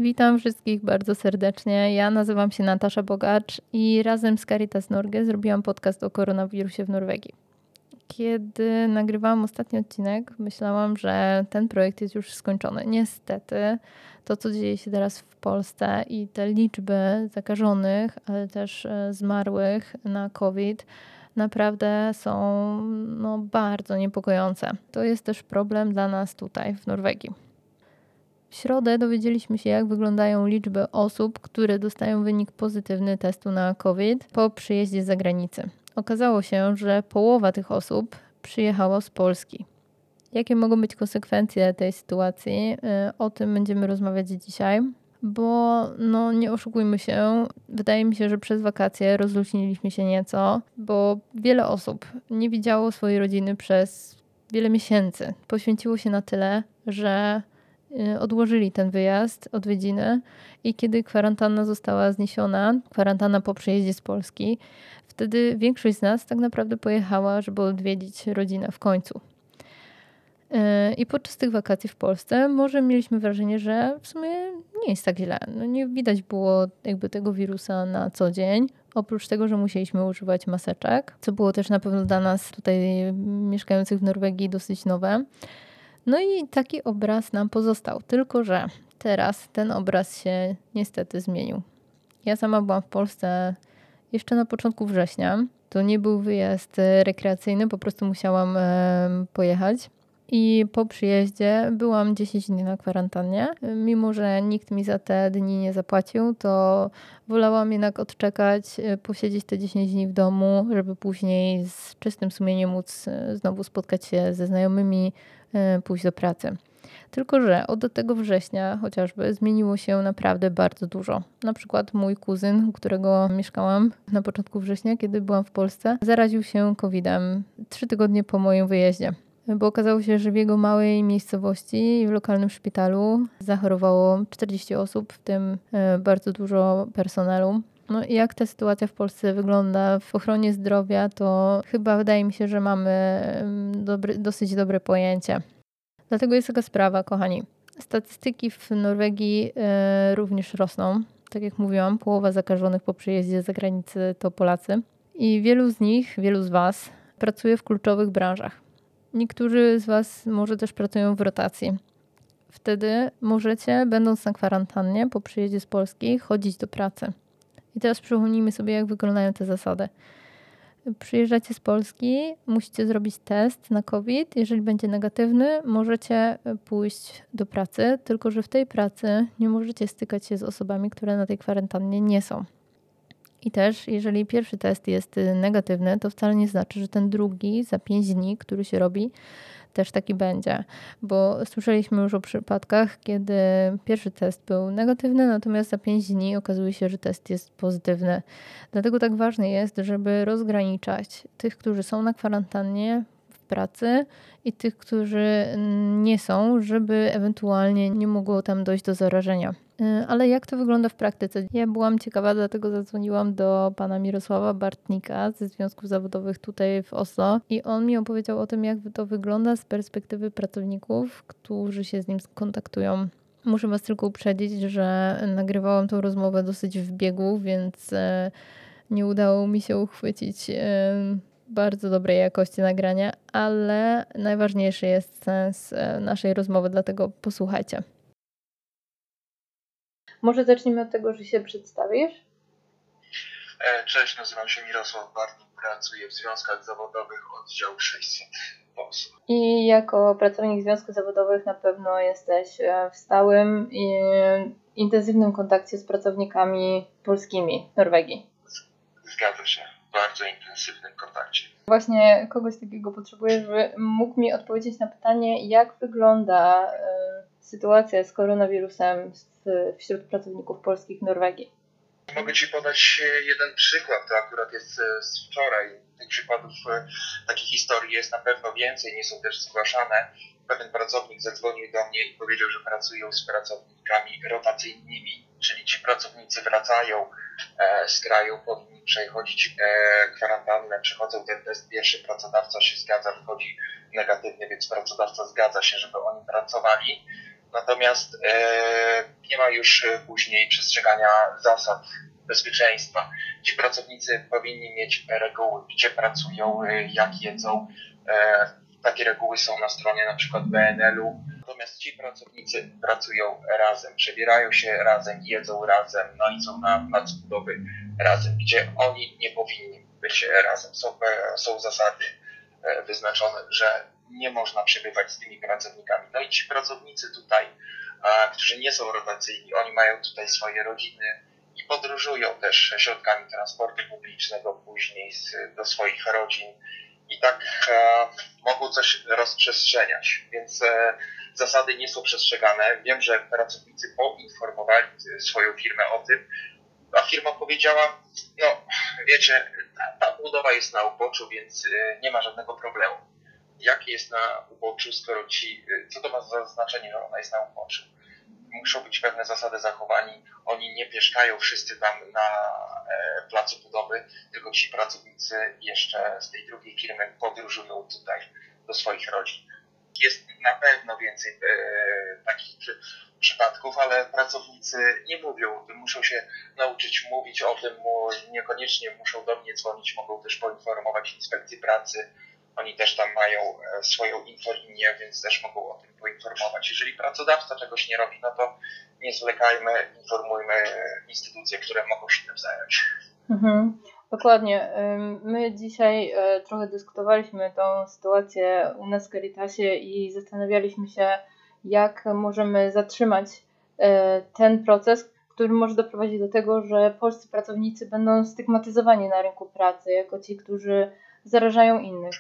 Witam wszystkich bardzo serdecznie. Ja nazywam się Natasza Bogacz i razem z Caritas Norge zrobiłam podcast o koronawirusie w Norwegii. Kiedy nagrywałam ostatni odcinek, myślałam, że ten projekt jest już skończony. Niestety, to co dzieje się teraz w Polsce i te liczby zakażonych, ale też zmarłych na COVID naprawdę są bardzo niepokojące. To jest też problem dla nas tutaj w Norwegii. W środę dowiedzieliśmy się, jak wyglądają liczby osób, które dostają wynik pozytywny testu na COVID po przyjeździe z zagranicy. Okazało się, że połowa tych osób przyjechało z Polski. Jakie mogą być konsekwencje tej sytuacji? O tym będziemy rozmawiać dzisiaj, bo nie oszukujmy się, wydaje mi się, że przez wakacje rozluźniliśmy się nieco, bo wiele osób nie widziało swojej rodziny przez wiele miesięcy. Poświęciło się na tyle, że odłożyli ten wyjazd, odwiedziny i kiedy kwarantanna została zniesiona, kwarantanna po przyjeździe z Polski, wtedy większość z nas tak naprawdę pojechała, żeby odwiedzić rodzinę w końcu. I podczas tych wakacji w Polsce może mieliśmy wrażenie, że w sumie nie jest tak źle. Nie widać było jakby tego wirusa na co dzień, oprócz tego, że musieliśmy używać maseczek, co było też na pewno dla nas tutaj mieszkających w Norwegii dosyć nowe. No i taki obraz nam pozostał, tylko że teraz ten obraz się niestety zmienił. Ja sama byłam w Polsce jeszcze na początku września. To nie był wyjazd rekreacyjny, po prostu musiałam pojechać. I po przyjeździe byłam 10 dni na kwarantannie. Mimo że nikt mi za te dni nie zapłacił, to wolałam jednak odczekać, posiedzieć te 10 dni w domu, żeby później z czystym sumieniem móc znowu spotkać się ze znajomymi, pójść do pracy. Tylko że od tego września chociażby zmieniło się naprawdę bardzo dużo. Na przykład mój kuzyn, u którego mieszkałam na początku września, kiedy byłam w Polsce, zaraził się COVID-em 3 tygodnie po moim wyjeździe. Bo okazało się, że w jego małej miejscowości w lokalnym szpitalu zachorowało 40 osób, w tym bardzo dużo personelu. No i jak ta sytuacja w Polsce wygląda w ochronie zdrowia, to chyba wydaje mi się, że mamy dosyć dobre pojęcie. Dlatego jest taka sprawa, kochani. Statystyki w Norwegii również rosną. Tak jak mówiłam, połowa zakażonych po przyjeździe z zagranicy to Polacy. I wielu z Was pracuje w kluczowych branżach. Niektórzy z Was może też pracują w rotacji. Wtedy możecie, będąc na kwarantannie po przyjeździe z Polski, chodzić do pracy. I teraz przypomnijmy sobie, jak wyglądają te zasady. Przyjeżdżacie z Polski, musicie zrobić test na COVID. Jeżeli będzie negatywny, możecie pójść do pracy, tylko że w tej pracy nie możecie stykać się z osobami, które na tej kwarantannie nie są. I też, jeżeli pierwszy test jest negatywny, to wcale nie znaczy, że ten drugi za 5 dni, który się robi, też taki będzie. Bo słyszeliśmy już o przypadkach, kiedy pierwszy test był negatywny, natomiast za 5 dni okazuje się, że test jest pozytywny. Dlatego tak ważne jest, żeby rozgraniczać tych, którzy są na kwarantannie w pracy i tych, którzy nie są, żeby ewentualnie nie mogło tam dojść do zarażenia. Ale jak to wygląda w praktyce? Ja byłam ciekawa, dlatego zadzwoniłam do pana Mirosława Bartnika ze Związków Zawodowych tutaj w Oslo i on mi opowiedział o tym, jak to wygląda z perspektywy pracowników, którzy się z nim kontaktują. Muszę Was tylko uprzedzić, że nagrywałam tą rozmowę dosyć w biegu, więc nie udało mi się uchwycić bardzo dobrej jakości nagrania, ale najważniejszy jest sens naszej rozmowy, dlatego posłuchajcie. Może zacznijmy od tego, że się przedstawisz? Cześć, nazywam się Mirosław Bartnik, pracuję w Związkach Zawodowych oddział 600 osób. I jako pracownik Związków Zawodowych na pewno jesteś w stałym i intensywnym kontakcie z pracownikami polskimi w Norwegii. Zgadza się, w bardzo intensywnym kontakcie. Właśnie kogoś takiego potrzebuję, żeby mógł mi odpowiedzieć na pytanie, jak wygląda sytuacja z koronawirusem wśród pracowników polskich w Norwegii. Mogę Ci podać jeden przykład, to akurat jest z wczoraj. Tych przypadów, takich historii jest na pewno więcej, nie są też zgłaszane. Pewien pracownik zadzwonił do mnie i powiedział, że pracują z pracownikami rotacyjnymi, czyli ci pracownicy wracają z kraju, powinni przechodzić kwarantannę, przechodzą ten test pierwszy, pracodawca się zgadza, wychodzi negatywnie, więc pracodawca zgadza się, żeby oni pracowali. Natomiast nie ma już później przestrzegania zasad bezpieczeństwa. Ci pracownicy powinni mieć reguły, gdzie pracują, jak jedzą. Takie reguły są na stronie na przykład BNL-u. Natomiast ci pracownicy pracują razem, przebierają się razem, jedzą razem, no i są na placu budowy razem, gdzie oni nie powinni być razem. Są zasady wyznaczone, że nie można przebywać z tymi pracownikami. No i ci pracownicy tutaj, którzy nie są rotacyjni, oni mają tutaj swoje rodziny i podróżują też środkami transportu publicznego później do swoich rodzin i tak mogą coś rozprzestrzeniać, więc zasady nie są przestrzegane. Wiem, że pracownicy poinformowali swoją firmę o tym, a firma powiedziała, no wiecie, ta budowa jest na uboczu, więc nie ma żadnego problemu. Jak jest na uboczu, skoro co to ma za znaczenie, że ona jest na uboczu? Muszą być pewne zasady zachowani. Oni nie mieszkają wszyscy tam na placu budowy, tylko ci pracownicy jeszcze z tej drugiej firmy podróżują tutaj do swoich rodzin. Jest na pewno więcej takich przypadków, ale pracownicy nie mówią o tym, muszą się nauczyć mówić o tym, niekoniecznie muszą do mnie dzwonić, mogą też poinformować inspekcję pracy. Oni też tam mają swoją infolinię, więc też mogą o tym poinformować. Jeżeli pracodawca czegoś nie robi, no to nie zwlekajmy, informujmy instytucje, które mogą się tym zająć. Dokładnie. My dzisiaj trochę dyskutowaliśmy tą sytuację u nas w Caritasie i zastanawialiśmy się, jak możemy zatrzymać ten proces, który może doprowadzić do tego, że polscy pracownicy będą stygmatyzowani na rynku pracy jako ci, którzy zarażają innych.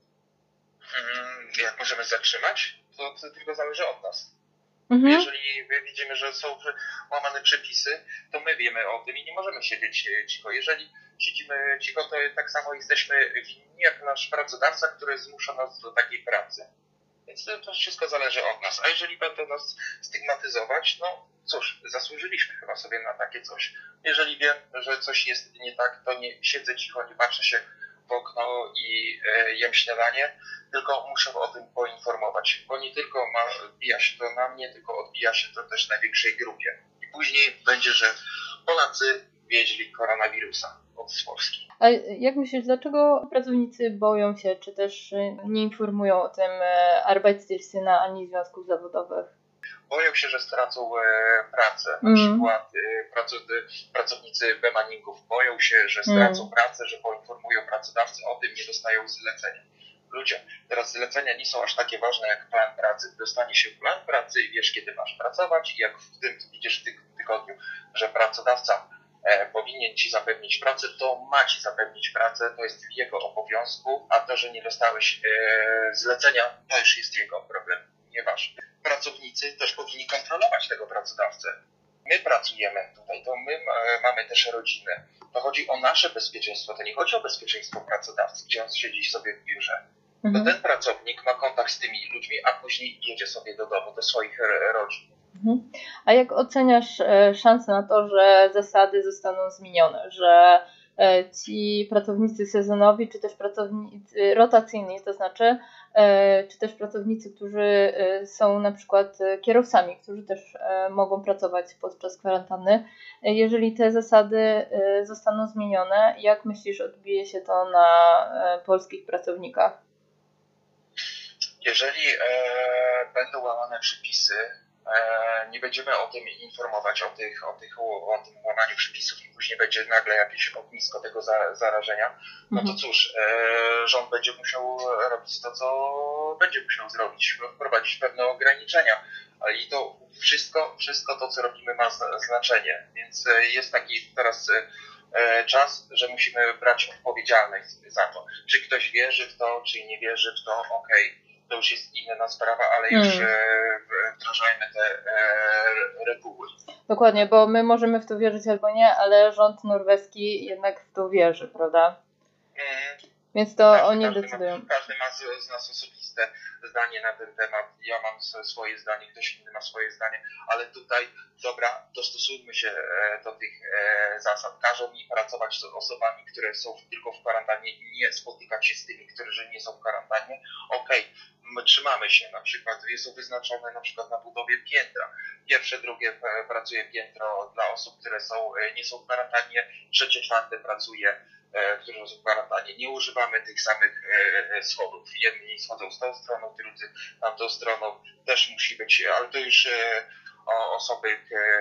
Jak możemy zatrzymać? To tylko zależy od nas. Jeżeli widzimy, że są łamane przepisy, to my wiemy o tym i nie możemy siedzieć cicho. Jeżeli siedzimy cicho, to tak samo jesteśmy winni jak nasz pracodawca, który zmusza nas do takiej pracy. Więc to wszystko zależy od nas. A jeżeli będą nas stygmatyzować, no cóż, zasłużyliśmy chyba sobie na takie coś. Jeżeli wiem, że coś jest nie tak, to nie siedzę cicho, nie patrzę się w okno i jem śniadanie, tylko muszę o tym poinformować, bo nie tylko odbija się to na mnie, tylko odbija się to też na większej grupie. I później będzie, że Polacy wieźli koronawirusa od Polski. A jak myślisz, dlaczego pracownicy boją się, czy też nie informują o tym Arbeitshilfe ani związków zawodowych? Boją się, że stracą pracę. Na przykład pracownicy bemaningów boją się, że stracą pracę, że poinformują pracodawcę o tym, nie dostają zlecenia. Ludzie, teraz zlecenia nie są aż takie ważne jak plan pracy. Dostanie się plan pracy i wiesz, kiedy masz pracować i jak w tym widzisz w tym tygodniu, że pracodawca powinien ci zapewnić pracę, to ma ci zapewnić pracę, to jest w jego obowiązku, a to, że nie dostałeś zlecenia, to już jest jego problem, nie wasz. Pracownicy też powinni kontrolować tego pracodawcę. My pracujemy tutaj, to my mamy też rodzinę. To chodzi o nasze bezpieczeństwo, to nie chodzi o bezpieczeństwo pracodawcy, gdzie on siedzi sobie w biurze. To ten pracownik ma kontakt z tymi ludźmi, a później jedzie sobie do domu, do swoich rodzin. A jak oceniasz szansę na to, że zasady zostaną zmienione, że ci pracownicy sezonowi, czy też pracownicy rotacyjni, to znaczy, czy też pracownicy, którzy są na przykład kierowcami, którzy też mogą pracować podczas kwarantanny, jeżeli te zasady zostaną zmienione, jak myślisz, odbije się to na polskich pracownikach? Jeżeli będą łamane przepisy, nie będziemy o tym informować, o tym łamaniu przepisów i później będzie nagle jakieś ognisko tego zarażenia, no to cóż, rząd będzie musiał robić to, co będzie musiał zrobić, wprowadzić pewne ograniczenia, i to wszystko to, co robimy, ma znaczenie, więc jest taki teraz czas, że musimy brać odpowiedzialność za to, czy ktoś wierzy w to, czy nie wierzy w to, okej. To już jest inna sprawa, ale już wdrażajmy te reguły. Dokładnie, bo my możemy w to wierzyć albo nie, ale rząd norweski jednak w to wierzy, prawda? Więc to oni decydują. Każdy ma z nas osobiste zdanie na ten temat, ja mam swoje zdanie, ktoś inny ma swoje zdanie, ale tutaj, dobra, dostosujmy się do tych zasad. Każą mi pracować z osobami, które są tylko w kwarantannie i nie spotykać się z tymi, którzy nie są w kwarantannie. Okej, my trzymamy się, na przykład są wyznaczone na przykład na budowie piętra. Pierwsze, drugie pracuje piętro dla osób, które nie są w kwarantannie, trzecie, czwarte pracuje, którzy są w kwarantannie. Nie używamy tych samych schodów. Jedni schodzą z tą stroną, drudzy tamtą stroną. Też musi być, ale to już osoby,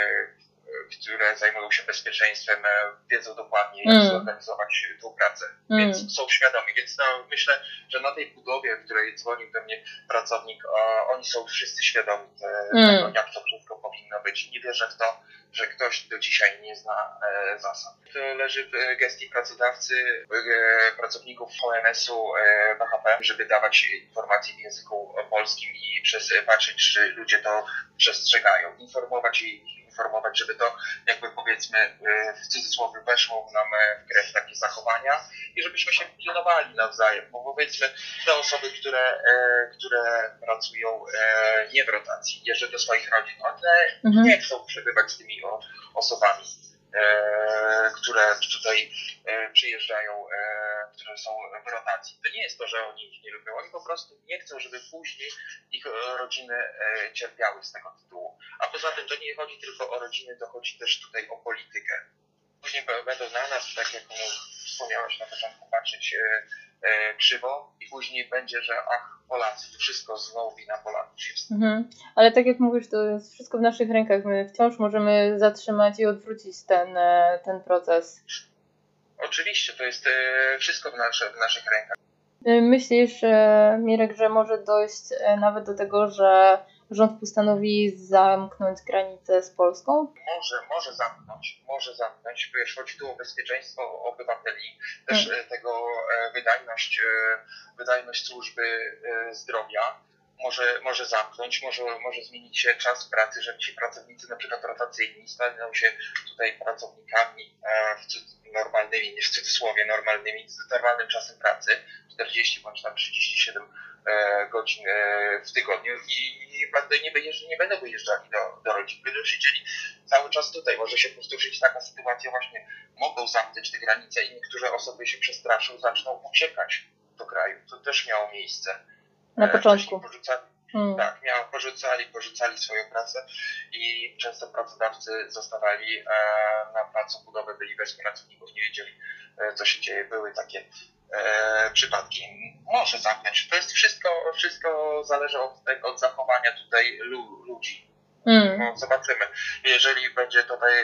które zajmują się bezpieczeństwem, wiedzą dokładnie, jak zorganizować tą pracę, więc są świadomi. Więc myślę, że na tej budowie, w której dzwonił do mnie pracownik, oni są wszyscy świadomi tego, jak to wszystko powinno być. Nie wierzę w to, że ktoś do dzisiaj nie zna zasad. To leży w gestii pracodawcy, pracowników ONS-u, BHP, żeby dawać informacje w języku polskim i patrzeć, czy ludzie to przestrzegają. Informować, żeby to jakby powiedzmy w cudzysłowie weszło nam w krew takie zachowania i żebyśmy się pilnowali nawzajem, bo powiedzmy te osoby, które pracują nie w rotacji, jeżdżą do swoich rodzin, one nie chcą przebywać z tymi osobami, które tutaj przyjeżdżają, które są w rotacji. To nie jest to, że oni ich nie lubią, oni po prostu nie chcą, żeby później ich rodziny cierpiały z tego tytułu. A poza tym to nie chodzi tylko o rodziny, to chodzi też tutaj o politykę. Później będą na nas, tak jak wspomniałeś na początku, patrzeć krzywo i później będzie, że Polacy, to wszystko znowu wina Polaków jest. Ale tak jak mówisz, to jest wszystko w naszych rękach. My wciąż możemy zatrzymać i odwrócić ten proces. Oczywiście, to jest wszystko w naszych rękach. Myślisz, Mirek, że może dojść nawet do tego, że rząd postanowi zamknąć granicę z Polską? Może zamknąć. Wiesz, chodzi tu o bezpieczeństwo obywateli, też tego wydajność służby zdrowia. Może zamknąć, może zmienić się czas pracy, że ci pracownicy na przykład rotacyjni staną się tutaj pracownikami normalnymi, nie w cudzysłowie normalnymi, z normalnym czasem pracy, 40 bądź tam 37 godzin w tygodniu i nie będą wyjeżdżali do rodzin, będą siedzieli cały czas tutaj. Może się powtórzyć taka sytuacja, właśnie mogą zamknąć te granice i niektóre osoby się przestraszą, zaczną uciekać do kraju. To też miało miejsce. Na początku. Tak, porzucali swoją pracę i często pracodawcy zostawali na placu budowy, byli bez pracowników, nie wiedzieli, co się dzieje. Były takie przypadki. Może zamknąć. To jest wszystko zależy od zachowania tutaj ludzi. No, zobaczymy. Jeżeli będzie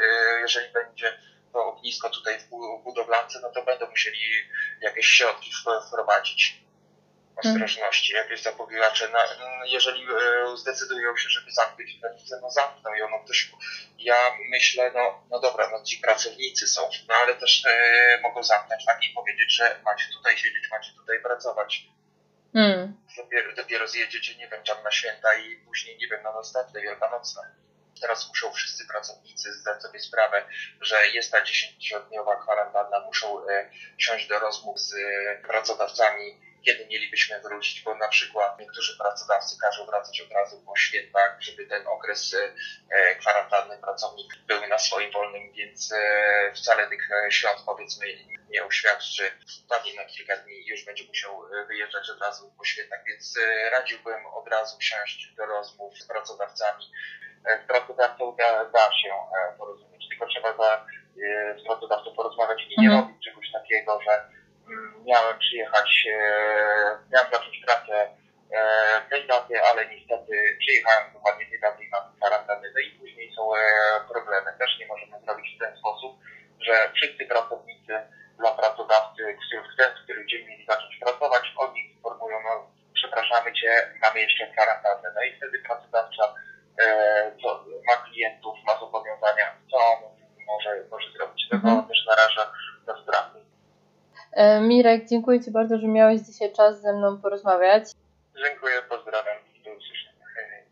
to ognisko tutaj w budowlance, no to będą musieli jakieś środki wprowadzić ostrożności, jakieś zapobiegacze. Jeżeli zdecydują się, żeby zamknąć granicę, no zamkną ją. Ja myślę, no dobra, ci pracownicy są, ale też mogą zamknąć tak i powiedzieć, że macie tutaj siedzieć, macie tutaj pracować. Dopiero zjedziecie, nie wiem, tam na święta i później, nie wiem, na następne wielkanocne. Teraz muszą wszyscy pracownicy zdać sobie sprawę, że jest ta 10-dniowa kwarantanna, muszą siąść do rozmów z pracodawcami, kiedy mielibyśmy wrócić, bo na przykład niektórzy pracodawcy każą wracać od razu po świętach, żeby ten okres kwarantanny pracownik był na swoim wolnym, więc wcale tych świąt, powiedzmy, nie uświadczy. Wpadnie na kilka dni i już będzie musiał wyjeżdżać od razu po świętach, więc radziłbym od razu siąść do rozmów z pracodawcami. Z pracodawcą da się porozumieć, tylko trzeba z pracodawcą porozmawiać i nie robić czegoś takiego, że miałem zacząć pracę tej daty, ale niestety przyjechałem dokładnie tej daty i mam kwarantannę, no i później są problemy. Też nie możemy zrobić w ten sposób, że wszyscy pracownicy dla pracodawcy, w który dzień mieli zacząć pracować, oni informują, no przepraszamy Cię, mamy jeszcze kwarantannę. No i wtedy pracodawca ma klientów, ma zobowiązania, co on może zrobić. To też naraża na straty. Mirek, dziękuję Ci bardzo, że miałeś dzisiaj czas ze mną porozmawiać. Dziękuję, pozdrawiam. Do usłyszenia.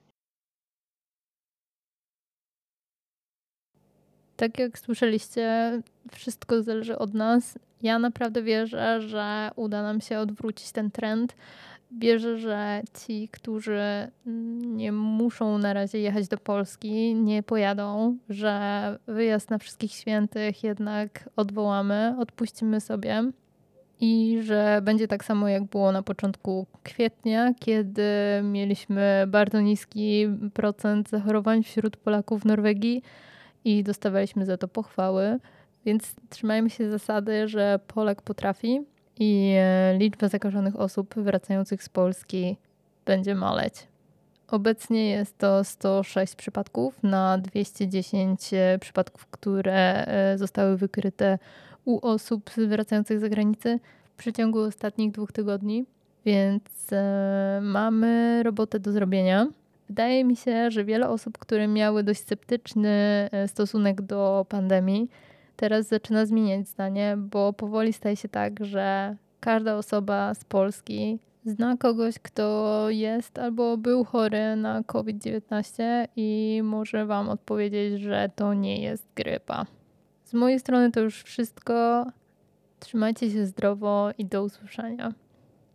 Tak jak słyszeliście, wszystko zależy od nas. Ja naprawdę wierzę, że uda nam się odwrócić ten trend Wierzę, że ci, którzy nie muszą na razie jechać do Polski, nie pojadą, że wyjazd na Wszystkich Świętych jednak odwołamy, odpuścimy sobie i że będzie tak samo, jak było na początku kwietnia, kiedy mieliśmy bardzo niski procent zachorowań wśród Polaków w Norwegii i dostawaliśmy za to pochwały. Więc trzymajmy się zasady, że Polak potrafi i liczba zakażonych osób wracających z Polski będzie maleć. Obecnie jest to 106 przypadków na 210 przypadków, które zostały wykryte u osób wracających z zagranicy w przeciągu ostatnich 2 tygodni, więc mamy robotę do zrobienia. Wydaje mi się, że wiele osób, które miały dość sceptyczny stosunek do pandemii, teraz zaczyna zmieniać zdanie, bo powoli staje się tak, że każda osoba z Polski zna kogoś, kto jest albo był chory na COVID-19 i może wam odpowiedzieć, że to nie jest grypa. Z mojej strony to już wszystko. Trzymajcie się zdrowo i do usłyszenia.